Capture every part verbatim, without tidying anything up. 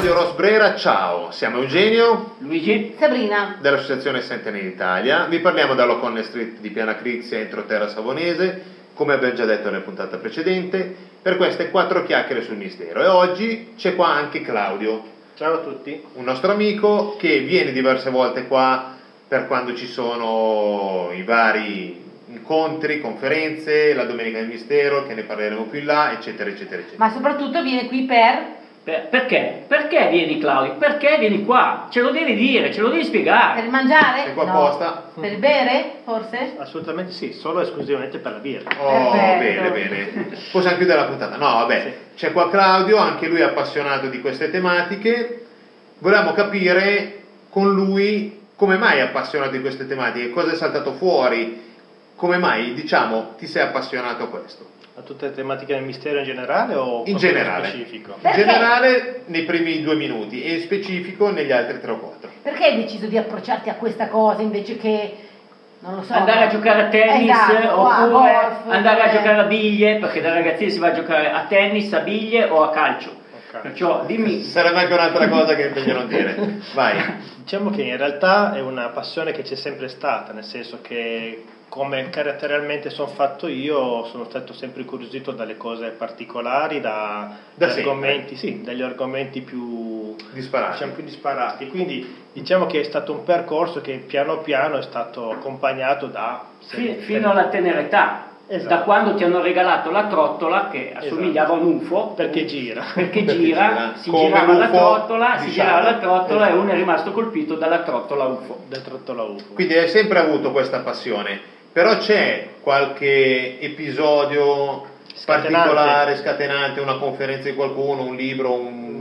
Radio Rosbrera, ciao, siamo Eugenio, Luigi, Sabrina dell'Associazione Centenary Italia. Vi parliamo dalla O'Connell Street di Piana Crizia, entroterra savonese, come abbiamo già detto nella puntata precedente, per queste quattro chiacchiere sul mistero. E oggi c'è qua anche Claudio. Ciao a tutti. Un nostro amico che viene diverse volte qua per quando ci sono i vari incontri, conferenze, la Domenica del Mistero, che ne parleremo più in là, eccetera, eccetera, eccetera. Ma soprattutto viene qui per... per, perché? Perché vieni Claudio? Perché vieni qua? Ce lo devi dire, ce lo devi spiegare. Per mangiare? Sei qua No. apposta? Per bere, forse? Assolutamente sì, solo e esclusivamente per la birra. Oh, Perfetto. bene, bene. Possiamo chiudere la puntata. No, vabbè, Sì. c'è qua Claudio, anche lui è appassionato di queste tematiche. Volevamo capire con lui come mai è appassionato di queste tematiche, cosa è saltato fuori, come mai, diciamo, ti sei appassionato a questo. A tutte le tematiche del mistero in generale o In proprio generale. specifico? In Perché? generale nei primi due minuti e in specifico negli altri tre o quattro. Perché hai deciso di approcciarti a questa cosa invece che, non lo so... Andare a giocare a tennis, Esatto, o a oppure golf, andare a oppure- giocare a biglie, perché da ragazzini si va a giocare a tennis, a biglie o a calcio. Ok. Perciò dimmi. Sarebbe anche un'altra cosa che è meglio non dire. Vai. Diciamo che in realtà è una passione che c'è sempre stata, nel senso che come caratterialmente sono fatto io, sono stato sempre incuriosito dalle cose particolari, da, Da da sempre. argomenti, sì, dagli argomenti più Disparati. diciamo, più disparati. Quindi diciamo che è stato un percorso che piano piano è stato accompagnato da Fi- fino alla tenera età, Esatto. da quando ti hanno regalato la trottola che assomigliava a un U F O, perché gira. perché Perché gira, gira. si Come girava la l'U F O trottola, di si girava la Shadow. trottola Esatto. e uno è rimasto colpito dalla trottola U F O. del trottola U F O. Quindi hai sempre avuto questa passione, però c'è qualche episodio Scatenante. particolare, scatenante, una conferenza di qualcuno, un libro,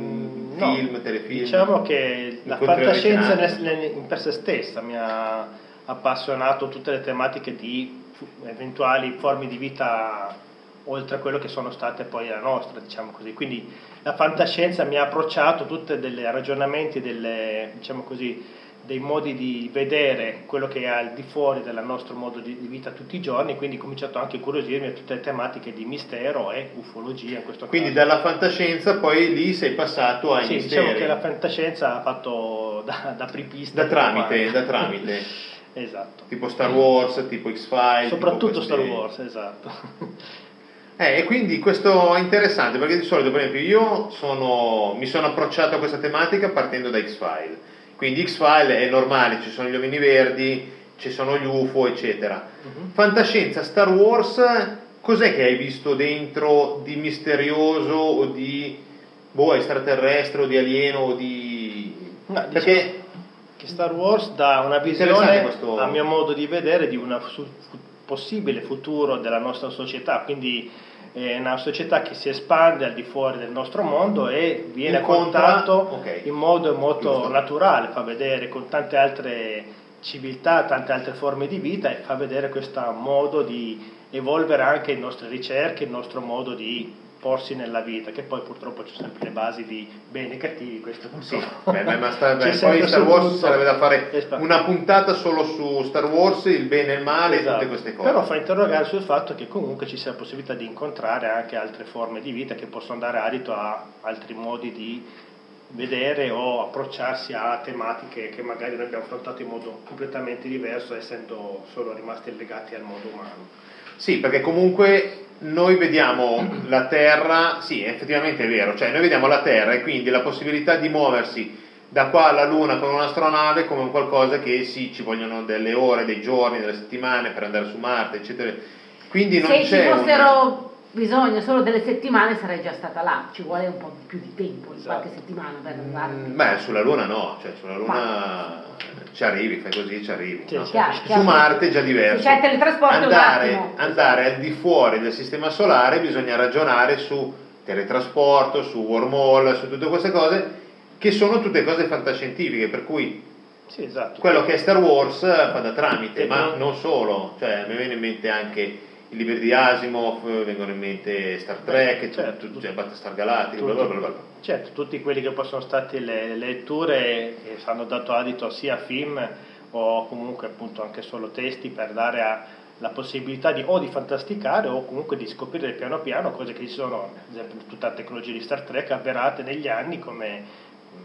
un No, film, telefilm? diciamo che la Incontri fantascienza allucinanti. nel- nel- in per se stessa mi ha appassionato tutte le tematiche di fu- eventuali forme di vita oltre a quello che sono state poi la nostra, diciamo così. Quindi la fantascienza mi ha approcciato tutti dei ragionamenti, delle, diciamo così, dei modi di vedere quello che è al di fuori del nostro modo di, di vita tutti i giorni, quindi ho cominciato anche a incuriosirmi a tutte le tematiche di mistero e ufologia in questo Quindi caso. dalla fantascienza poi lì sei passato ai Sì, misteri. diciamo che la fantascienza ha fatto da, da apripista. Da tramite, da tramite. Esatto. Tipo Star Wars, tipo X-Files. Soprattutto tipo Star questi- Wars, esatto. Eh, e quindi questo è interessante perché di solito, per esempio, io sono, mi sono approcciato a questa tematica partendo da X-Files. Quindi X-Files è normale, ci sono gli uomini verdi, ci sono gli U F O, eccetera. Mhm. Fantascienza, Star Wars, cos'è che hai visto dentro di misterioso o di boh, extraterrestre o di alieno o di... No, perché diciamo che Star Wars dà una Interessante visione, questo- a mio modo di vedere, di un possibile futuro della nostra società, quindi è una società che si espande al di fuori del nostro mondo e viene a Incontra- contatto ok. in modo molto Giusto. naturale, fa vedere con tante altre civiltà, tante altre forme di vita e fa vedere questo modo di evolvere anche le nostre ricerche, il nostro modo di porsi nella vita, che poi purtroppo ci sono sempre le basi di beni e cattivi, questo Sì, purtroppo. beh, beh, ma sta, C'è beh, sempre poi Star su Wars tutto. sarebbe da fare Esatto. una puntata solo su Star Wars, il bene e il male e Esatto. tutte queste cose. Però fa interrogare sul fatto che comunque ci sia la possibilità di incontrare anche altre forme di vita che possono dare adito a altri modi di vedere o approcciarsi a tematiche che magari noi abbiamo affrontato in modo completamente diverso, essendo solo rimasti legati al mondo umano. Sì, perché comunque noi vediamo la Terra, sì, effettivamente è vero, cioè noi vediamo la Terra e quindi la possibilità di muoversi da qua alla Luna con un'astronave come un qualcosa che sì, ci vogliono delle ore, dei giorni, delle settimane per andare su Marte, eccetera. Quindi non Se c'è ci una- fossero bisogno solo delle settimane sarei già stata là, ci vuole un po' più di tempo, di Esatto. qualche settimana per arrivare. Mm, Beh, sulla Luna no, cioè sulla Luna ci arrivi, fai così, ci arrivi. Sì, no? sì. Chiaro, Su chiaro. Marte è già diverso. Se c'è il teletrasporto è un andare, attimo. andare al di fuori del sistema solare bisogna ragionare su teletrasporto, su wormhole, su tutte queste cose che sono tutte cose fantascientifiche, per cui Sì, esatto. quello che è Star Wars fa da tramite, Sì, ma no. non solo, cioè mi viene in mente anche i libri di Asimov, vengono in mente Star Trek, Certo, tu- tu- cioè Battlestar Galactica, Tutti- bla bla bla bla. Certo, tutti quelli che possono state le, le letture che hanno dato adito sia a film o comunque appunto anche solo testi per dare a, la possibilità di o di fantasticare o comunque di scoprire piano piano cose che ci sono, ad esempio tutta la tecnologia di Star Trek avverate negli anni come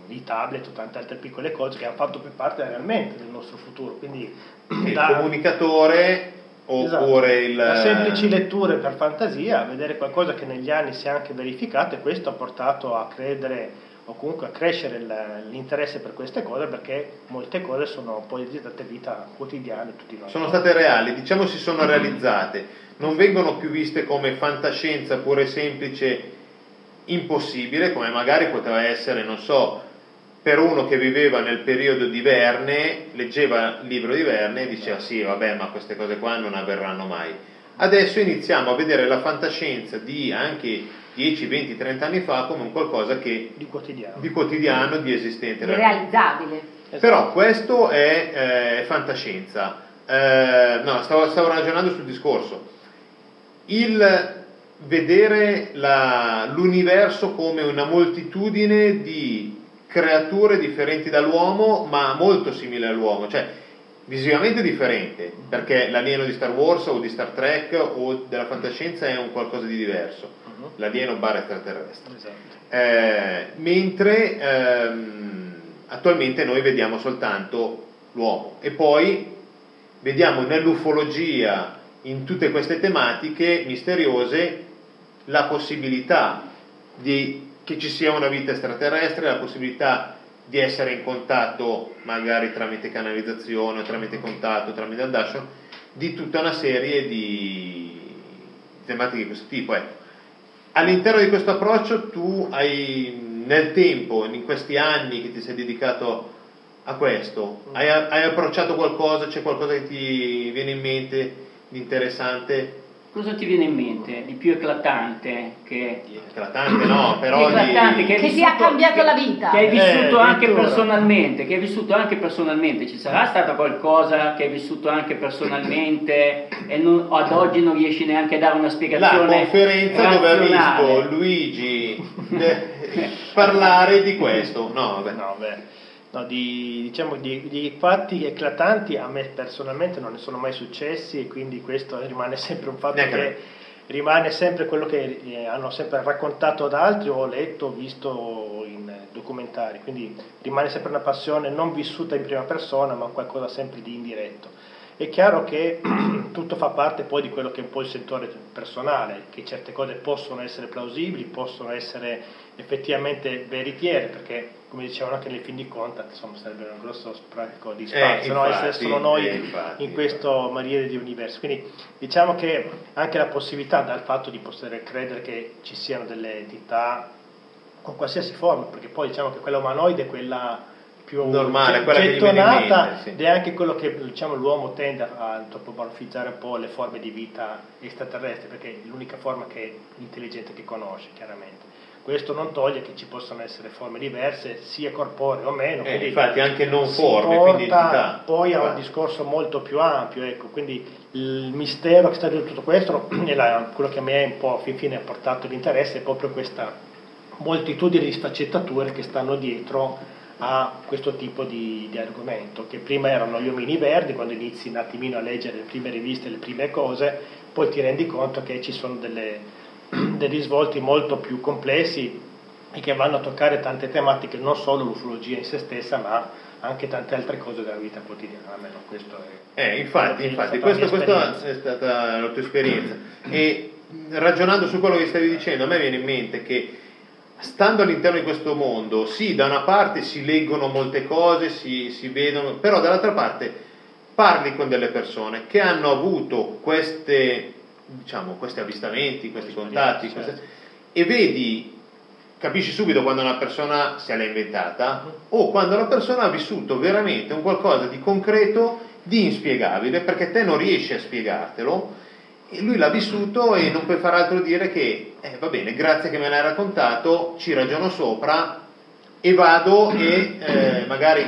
i tablet o tante altre piccole cose che hanno fatto più parte realmente del nostro futuro. Quindi il da, comunicatore oppure esatto, il... da semplici letture per fantasia a vedere qualcosa che negli anni si è anche verificato, e questo ha portato a credere o comunque a crescere l'interesse per queste cose, perché molte cose sono poi diventate vita quotidiana tutti noi. Sono state reali, diciamo si sono realizzate, non vengono più viste come fantascienza pura e semplice impossibile, come magari poteva essere, non so, per uno che viveva nel periodo di Verne, leggeva il libro di Verne e diceva sì, vabbè, ma queste cose qua non avverranno mai. Adesso iniziamo a vedere la fantascienza di anche dieci, venti, trenta anni fa come un qualcosa che di quotidiano, di, quotidiano, di esistente. Di realizzabile. Però questo è eh, fantascienza. Eh, no, stavo, stavo ragionando sul discorso. Il vedere la, l'universo come una moltitudine di creature differenti dall'uomo, ma molto simili all'uomo, cioè visivamente differente, perché l'alieno di Star Wars o di Star Trek o della fantascienza è un qualcosa di diverso, uh-huh. l'alieno barra extraterrestre. Esatto. Eh, mentre ehm, attualmente noi vediamo soltanto l'uomo, e poi vediamo nell'ufologia, in tutte queste tematiche misteriose, la possibilità di che ci sia una vita extraterrestre, la possibilità di essere in contatto magari tramite canalizzazione o tramite contatto, tramite andascio, di tutta una serie di tematiche di questo tipo. Ecco. All'interno di questo approccio tu hai nel tempo, in questi anni che ti sei dedicato a questo, hai, hai approcciato qualcosa, c'è qualcosa che ti viene in mente di interessante? Cosa ti viene in mente di più eclatante? Che... Eclatante no, però eclatante, di... che, che ti ha cambiato che, la vita, che hai vissuto eh, anche addirittura. personalmente, che hai vissuto anche personalmente. Ci sarà stata qualcosa che hai vissuto anche personalmente e non, ad oggi non riesci neanche a dare una spiegazione? La conferenza razionale. dove ha visto Luigi parlare di questo. No, vabbè. No, beh. No, di, diciamo, di, di fatti eclatanti a me personalmente non ne sono mai successi, e quindi questo rimane sempre un fatto Neanche che me. rimane sempre quello che eh, hanno sempre raccontato ad altri o letto, visto in eh, documentari, quindi rimane sempre una passione non vissuta in prima persona, ma qualcosa sempre di indiretto. È chiaro che tutto fa parte poi di quello che è un po' il sentore personale, che certe cose possono essere plausibili, possono essere effettivamente veritiere, perché come dicevano anche nei film di Contact, insomma sarebbe un grosso spreco di spazio, eh, no? infatti, essere solo noi eh, infatti, in questo maniere di universo. Quindi diciamo che anche la possibilità dal fatto di poter credere che ci siano delle entità con qualsiasi forma, perché poi diciamo che quella umanoide è quella più normale, quella che gli viene in gettonata, mente, sì. ed è anche quello che diciamo l'uomo tende a antropomorfizzare un po' le forme di vita extraterrestre, perché è l'unica forma che è intelligente che conosce, chiaramente. Questo non toglie che ci possano essere forme diverse, sia corporee o meno. Eh, infatti anche non si forme, porta quindi entità. poi a un Infatti. discorso molto più ampio, ecco, quindi il mistero che sta dietro tutto questo è la, quello che a me un po' fin fine ha portato l'interesse, è proprio questa moltitudine di sfaccettature che stanno dietro a questo tipo di, di argomento, che prima erano gli omini verdi, quando inizi un attimino a leggere le prime riviste, le prime cose, poi ti rendi conto che ci sono delle dei risvolti molto più complessi e che vanno a toccare tante tematiche, non solo l'ufologia in se stessa, ma anche tante altre cose della vita quotidiana. Almeno questo è, Eh, infatti, è infatti stata questo, la mia questa è stata la tua esperienza. E ragionando su quello che stavi dicendo, a me viene in mente che stando all'interno di questo mondo, sì, da una parte si leggono molte cose, si, si vedono, però dall'altra parte parli con delle persone che hanno avuto queste, diciamo, questi avvistamenti, questi contatti, certo. queste, e vedi, capisci subito quando una persona se l'ha inventata o quando la persona ha vissuto veramente un qualcosa di concreto, di inspiegabile, perché te non riesci a spiegartelo, e lui l'ha vissuto e non puoi far altro dire che eh, va bene, grazie che me l'hai raccontato, ci ragiono sopra e vado e eh, magari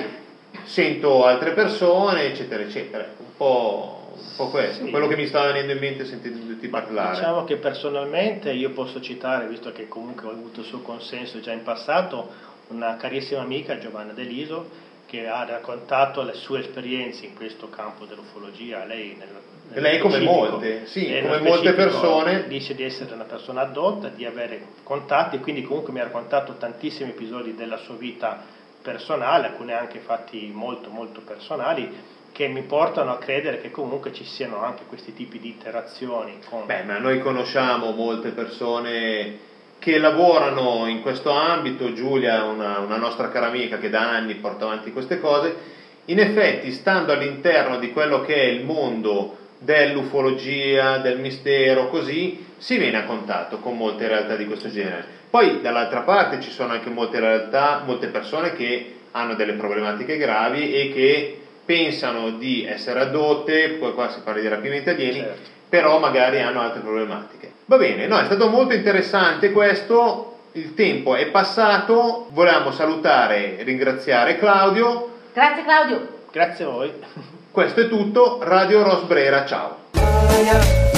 sento altre persone, eccetera, eccetera. Un po', un po' questo, Sì. quello che mi stava venendo in mente sentendoti parlare. Diciamo che personalmente io posso citare, visto che comunque ho avuto il suo consenso già in passato, una carissima amica, Giovanna Deliso, che ha raccontato le sue esperienze in questo campo dell'ufologia. Lei, nel, nel lei come specifico, molte, sì, lei come nello molte specifico persone. dice di essere una persona addotta, di avere contatti, e quindi comunque mi ha raccontato tantissimi episodi della sua vita personale, alcune anche fatti molto molto personali, che mi portano a credere che comunque ci siano anche questi tipi di interazioni con... Beh, ma noi conosciamo molte persone che lavorano in questo ambito. Giulia è una, una nostra cara amica che da anni porta avanti queste cose. In effetti, stando all'interno di quello che è il mondo dell'ufologia, del mistero, così, si viene a contatto con molte realtà di questo genere. Poi dall'altra parte ci sono anche molte realtà, molte persone che hanno delle problematiche gravi e che pensano di essere addotte, poi qua si parla di rapimenti alieni, certo. Però magari hanno altre problematiche. Va bene, no, è stato molto interessante questo, il tempo è passato, volevamo salutare e ringraziare Claudio. Grazie Claudio. Grazie a voi. Questo è tutto, Radio Rosbrera, ciao.